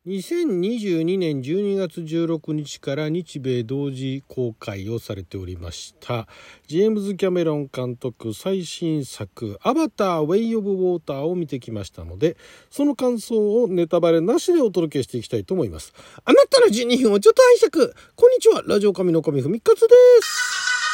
2022年12月16日から日米同時公開をされておりましたジェームズ・キャメロン監督最新作アバター・ウェイ・オブ・ウォーターを見てきましたので、その感想をネタバレなしでお届けしていきたいと思います。あなたの12分をちょっと拝借。こんにちは、ラジオ神の神ふみかつです。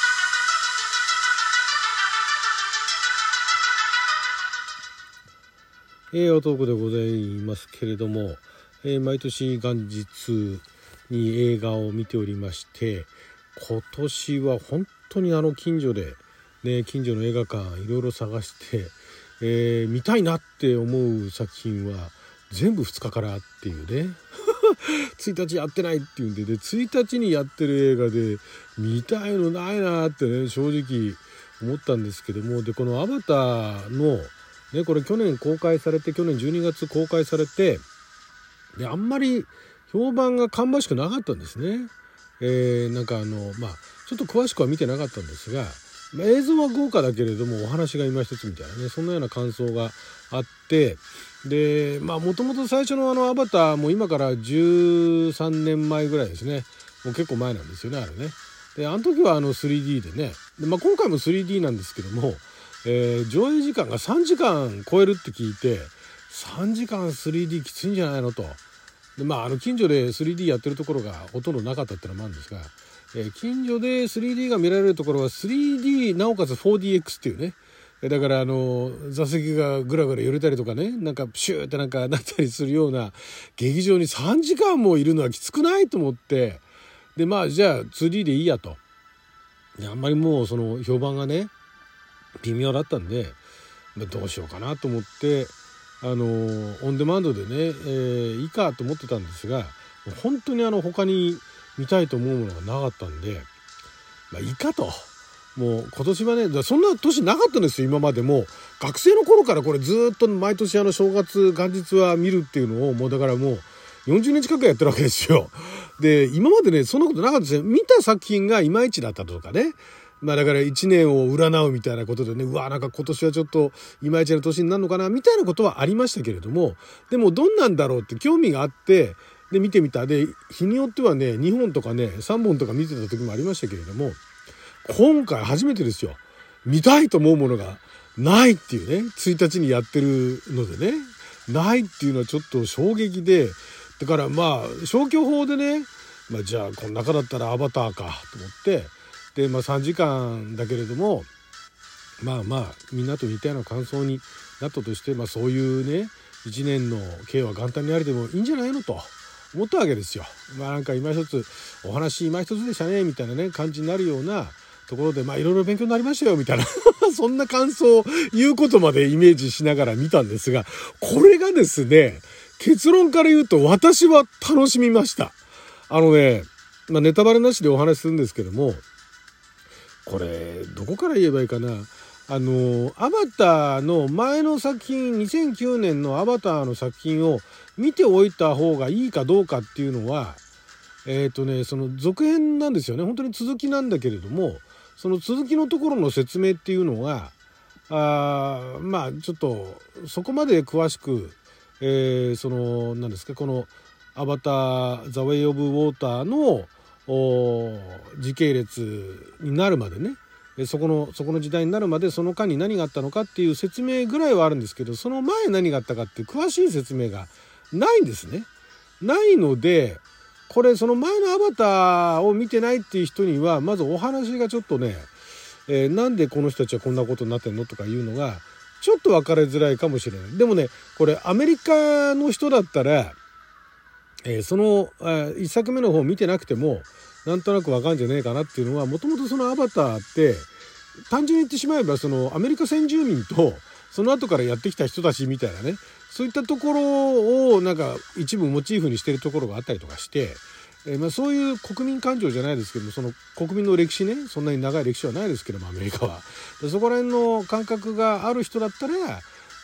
おトークでございますけれども、毎年元日に映画を見ておりまして、今年は本当に近所で、近所の映画館いろいろ探して、見たいなって思う作品は全部2日からっていうね1日やってないっていうんで、1日にやってる映画で見たいのないなってね、正直思ったんですけども、でこのアバターのこれ去年12月公開されて、であんまり評判が芳しくなかったんですね。ちょっと詳しくは見てなかったんですが、映像は豪華だけれどもお話が今一つみたいなね、そんなような感想があって、でもともと最初のアバターも今から13年前ぐらいですね。もう結構前なんですよね、あれね。であの時は3D でね、で、今回も 3D なんですけども、上映時間が3時間超えるって聞いて、3時間 3D きついんじゃないのと。で近所で 3D やってるところがほとんどなかったってのもあるんですが、近所で 3D が見られるところは 3D なおかつ 4DX っていうね、だから座席がぐらぐら揺れたりとかね、なんかプシューってなったりするような劇場に3時間もいるのはきつくないと思って、でじゃあ 2D でいいやと。であんまりもうその評判がね微妙だったんで、どうしようかなと思って、オンデマンドでね、いいかと思ってたんですが、本当に他に見たいと思うものがなかったんで、いいかと。もう今年はね、そんな年なかったんですよ。今までも学生の頃からこれずっと毎年正月元日は見るっていうのをもうだからもう40年近くやってるわけですよ。で今までねそんなことなかったですよ。見た作品がいまいちだったとかね、だから1年を占うみたいなことでね、なんか今年はちょっといまいちな年になるのかなみたいなことはありましたけれども、でもどんなんだろうって興味があって、で見てみた。で日によってはね2本とかね3本とか見てた時もありましたけれども、今回初めてですよ。見たいと思うものがないっていうね、1日にやってるのでね、ないっていうのはちょっと衝撃で、だから消去法でね、じゃあこの中だったらアバターかと思って、で3時間だけれどもみんなと似たような感想になったとして、そういうね1年の計は元旦にありでもいいんじゃないのと思ったわけですよ。なんか今一つお話今一つでしたねみたいなね感じになるようなところで、いろいろ勉強になりましたよみたいなそんな感想を言うことまでイメージしながら見たんですが、これがですね、結論から言うと私は楽しみました。ネタバレなしでお話しするんですけども、これどこから言えばいいかな。アバターの前の作品、2009年のアバターの作品を見ておいた方がいいかどうかっていうのは、その続編なんですよね。本当に続きなんだけれども、その続きのところの説明っていうのがちょっとそこまで詳しく、何ですか、このアバターザ・ウェイ・オブ・ウォーターの時系列になるまでね、そこの時代になるまでその間に何があったのかっていう説明ぐらいはあるんですけど、その前何があったかっていう詳しい説明がないんですね。ないので、これその前のアバターを見てないっていう人にはまずお話がちょっとね、なんでこの人たちはこんなことになってんのとかいうのがちょっと分かりづらいかもしれない。でもね、これアメリカの人だったらその1作目の方見てなくてもなんとなくわかんじゃねえかなっていうのは、もともとそのアバターって単純に言ってしまえばそのアメリカ先住民とその後からやってきた人たちみたいなね、そういったところをなんか一部モチーフにしてるところがあったりとかして、そういう国民感情じゃないですけども、その国民の歴史ね、そんなに長い歴史はないですけどもアメリカはそこら辺の感覚がある人だったら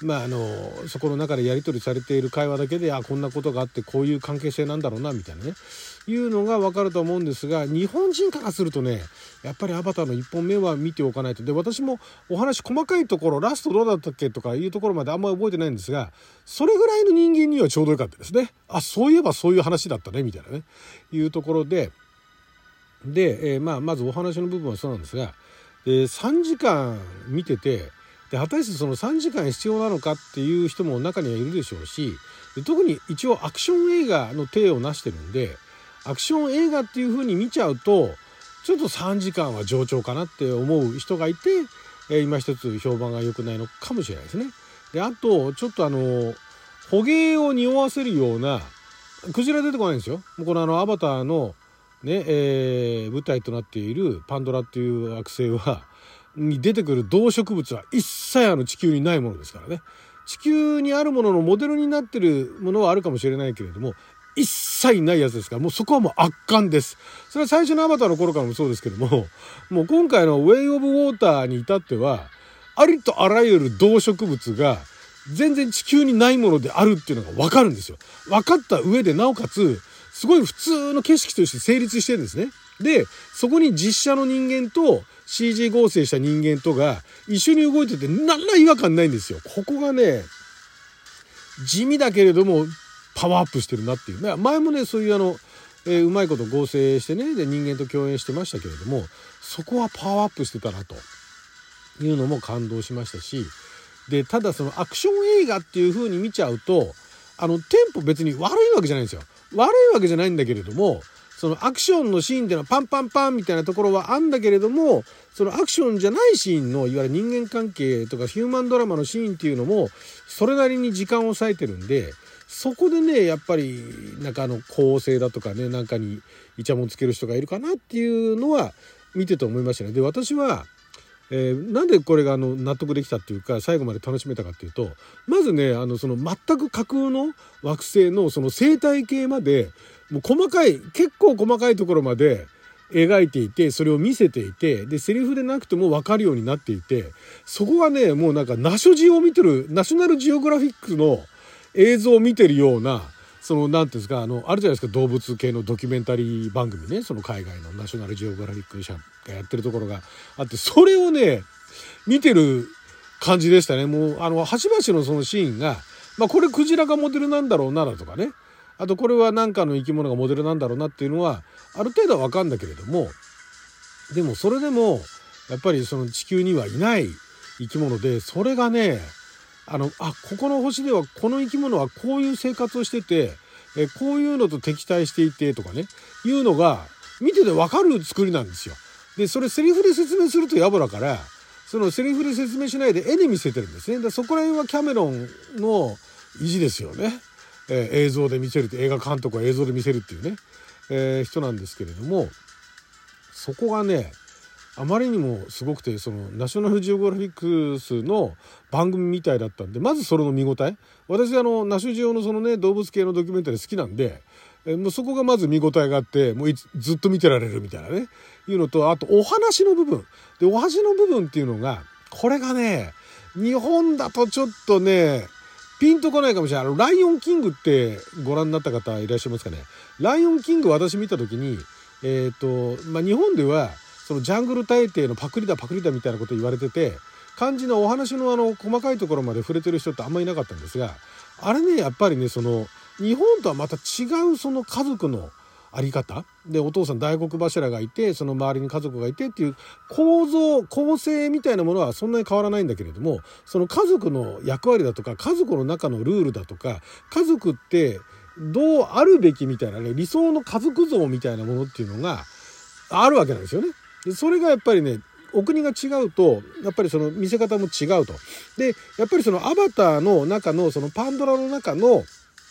そこの中でやり取りされている会話だけでこんなことがあってこういう関係性なんだろうなみたいなねいうのが分かると思うんですが、日本人からするとねやっぱりアバターの1本目は見ておかないと。で私もお話細かいところラストどうだったっけとかいうところまであんまり覚えてないんですが、それぐらいの人間にはちょうどよかったですね。そういえばそういう話だったねみたいなねいうところでまずお話の部分はそうなんですが、3時間見てて果たしてその3時間必要なのかっていう人も中にはいるでしょうし、特に一応アクション映画の体を成してるんで、アクション映画っていう風に見ちゃうとちょっと3時間は冗長かなって思う人がいて、今一つ評判が良くないのかもしれないですね。であとちょっと捕鯨を匂わせるようなクジラ出てこないんですよ。このアバターのね、舞台となっているパンドラっていう惑星に出てくる動植物は一切地球にないものですからね。地球にあるもののモデルになってるものはあるかもしれないけれども一切ないやつですから、もうそこはもう圧巻です。それは最初のアバターの頃からもそうですけども、もう今回のウェイオブウォーターに至ってはありとあらゆる動植物が全然地球にないものであるっていうのが分かるんですよ。分かった上でなおかつすごい普通の景色として成立してるんですね。でそこに実写の人間と CG 合成した人間とが一緒に動いてて何ら違和感ないんですよ。ここがね地味だけれどもパワーアップしてるなっていう。前もねそういううまいこと合成してねで人間と共演してましたけれども、そこはパワーアップしてたなというのも感動しましたし、でただそのアクション映画っていう風に見ちゃうとテンポ別に悪いわけじゃないんですよ。悪いわけじゃないんだけれども、そのアクションのシーンっていうのはパンパンパンみたいなところはあんだけれども、そのアクションじゃないシーンのいわゆる人間関係とかヒューマンドラマのシーンっていうのもそれなりに時間を割いてるんで、そこでねやっぱり構成だとかねなんかにイチャモンつける人がいるかなっていうのは見てて思いましたね。で私はなんでこれが納得できたっていうか最後まで楽しめたかっていうと、まずねその全く架空の惑星のその生態系までもう結構細かいところまで描いていて、それを見せていて、でセリフでなくても分かるようになっていて、そこがねもうなんかナショジオ見てるナショナルジオグラフィックの映像を見てるような、そのなんていうんですかあるじゃないですか、動物系のドキュメンタリー番組ね、その海外のナショナルジオグラフィック社がやってるところがあって、それをね見てる感じでしたね。もう端々のそのシーンが、これクジラがモデルなんだろうなだとかね、あとこれは何かの生き物がモデルなんだろうなっていうのはある程度は分かるんだけれども、でもそれでもやっぱりその地球にはいない生き物で、それがねここの星ではこの生き物はこういう生活をしてて、こういうのと敵対していてとかねいうのが見てて分かる作りなんですよ。でそれセリフで説明すると野暮だから、そのセリフで説明しないで絵で見せてるんですね。でそこら辺はキャメロンの意地ですよね。映像で見せるって、映画監督は映像で見せるっていうね、人なんですけれども、そこがねあまりにもすごくて、そのナショナルジオグラフィックスの番組みたいだったんで、まずそれの見応え、私ナショジオのそのね動物系のドキュメンタリー好きなんで、もうそこがまず見応えがあって、もうずっと見てられるみたいなねいうのと、あとお話の部分で、お話の部分っていうのがこれがね日本だとちょっとねピンとこないかもしれない。ライオンキングってご覧になった方いらっしゃいますかね。ライオンキング私見た時に日本ではそのジャングル大帝のパクリだみたいなこと言われてて、肝心のお話の細かいところまで触れてる人ってあんまりいなかったんですが、あれねやっぱりねその日本とはまた違うその家族のあり方で、お父さん大黒柱がいて、その周りに家族がいてっていう構成みたいなものはそんなに変わらないんだけれども、その家族の役割だとか家族の中のルールだとか、家族ってどうあるべきみたいなね理想の家族像みたいなものっていうのがあるわけなんですよね。でそれがやっぱりねお国が違うとやっぱりその見せ方も違うと。でやっぱりそのアバターの中のそのパンドラの中の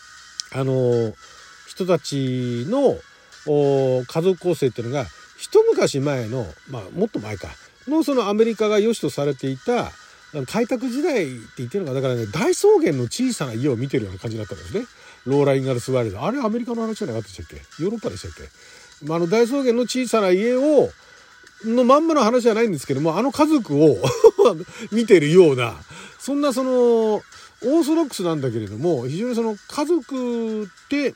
人たちの家族構成っていうのが一昔前のもっと前かのそのアメリカが良しとされていた開拓時代って言ってるのが、だからね大草原の小さな家を見てるような感じだったんですね。ローラ・インガルス・ワイルド、あれアメリカの話じゃなかったでしたっけ、ヨーロッパでしたっけ。大草原の小さな家のまんまの話じゃないんですけども、家族を見てるような、そんなそのオーソドックスなんだけれども、非常にその家族って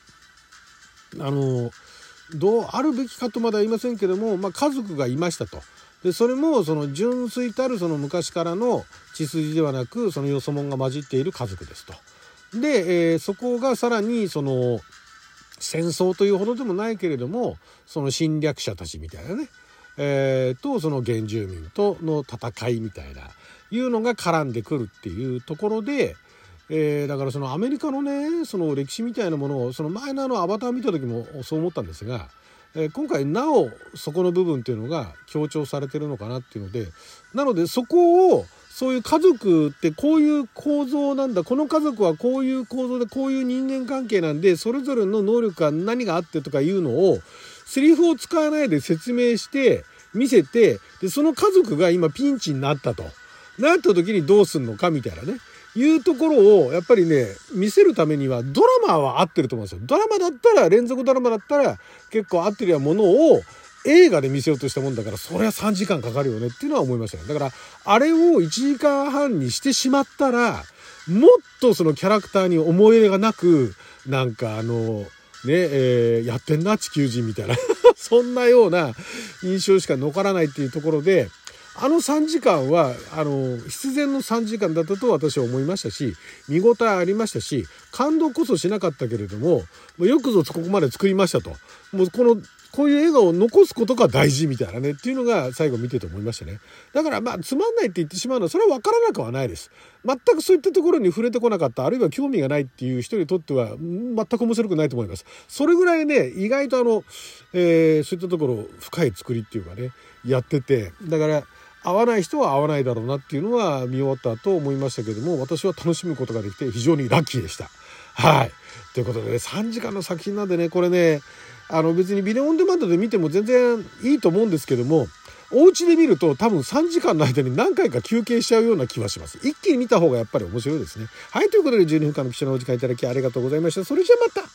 どうあるべきかとまでは言いませんけども、家族がいましたと。でそれもその純粋たるその昔からの血筋ではなく、そのよそ者が混じっている家族ですと。で、そこがさらにその戦争というほどでもないけれども、その侵略者たちみたいなね、とその原住民との戦いみたいないうのが絡んでくるっていうところで、だからそのアメリカのね、その歴史みたいなものを、その前のアバター見た時もそう思ったんですが、今回なおそこの部分っていうのが強調されてるのかなっていうので、なのでそこを、そういう家族ってこういう構造なんだ、この家族はこういう構造でこういう人間関係なんで、それぞれの能力が何があってとかいうのをセリフを使わないで説明して見せて、でその家族が今ピンチになったとなった時にどうすんのかみたいなね、いうところをやっぱりね見せるためにはドラマは合ってると思うんですよ。ドラマだったら、連続ドラマだったら結構合ってるようなものを映画で見せようとしたもんだから、それは3時間かかるよねっていうのは思いましたね。だからあれを1時間半にしてしまったら、もっとそのキャラクターに思い入れがなく、なんかやってんな地球人みたいなそんなような印象しか残らないっていうところで、3時間は必然の3時間だったと私は思いましたし、見応えありましたし、感動こそしなかったけれども、よくぞここまで作りましたと。もうこういう映画を残すことが大事みたいなねっていうのが最後見てて思いましたね。だからつまんないって言ってしまうのはそれは分からなくはないです。全くそういったところに触れてこなかった、あるいは興味がないっていう人にとっては全く面白くないと思います。それぐらいね、意外とそういったところ深い作りっていうかねやってて、だから合わない人は合わないだろうなっていうのは見終わったと思いましたけども、私は楽しむことができて非常にラッキーでした。はい。ということでね、3時間の作品なんでね、これね別にビデオオンデマンドで見ても全然いいと思うんですけども、お家で見ると多分3時間の間に何回か休憩しちゃうような気はします。一気に見た方がやっぱり面白いですね。はい、ということで12分間の貴重なお時間いただきありがとうございました。それじゃあまた。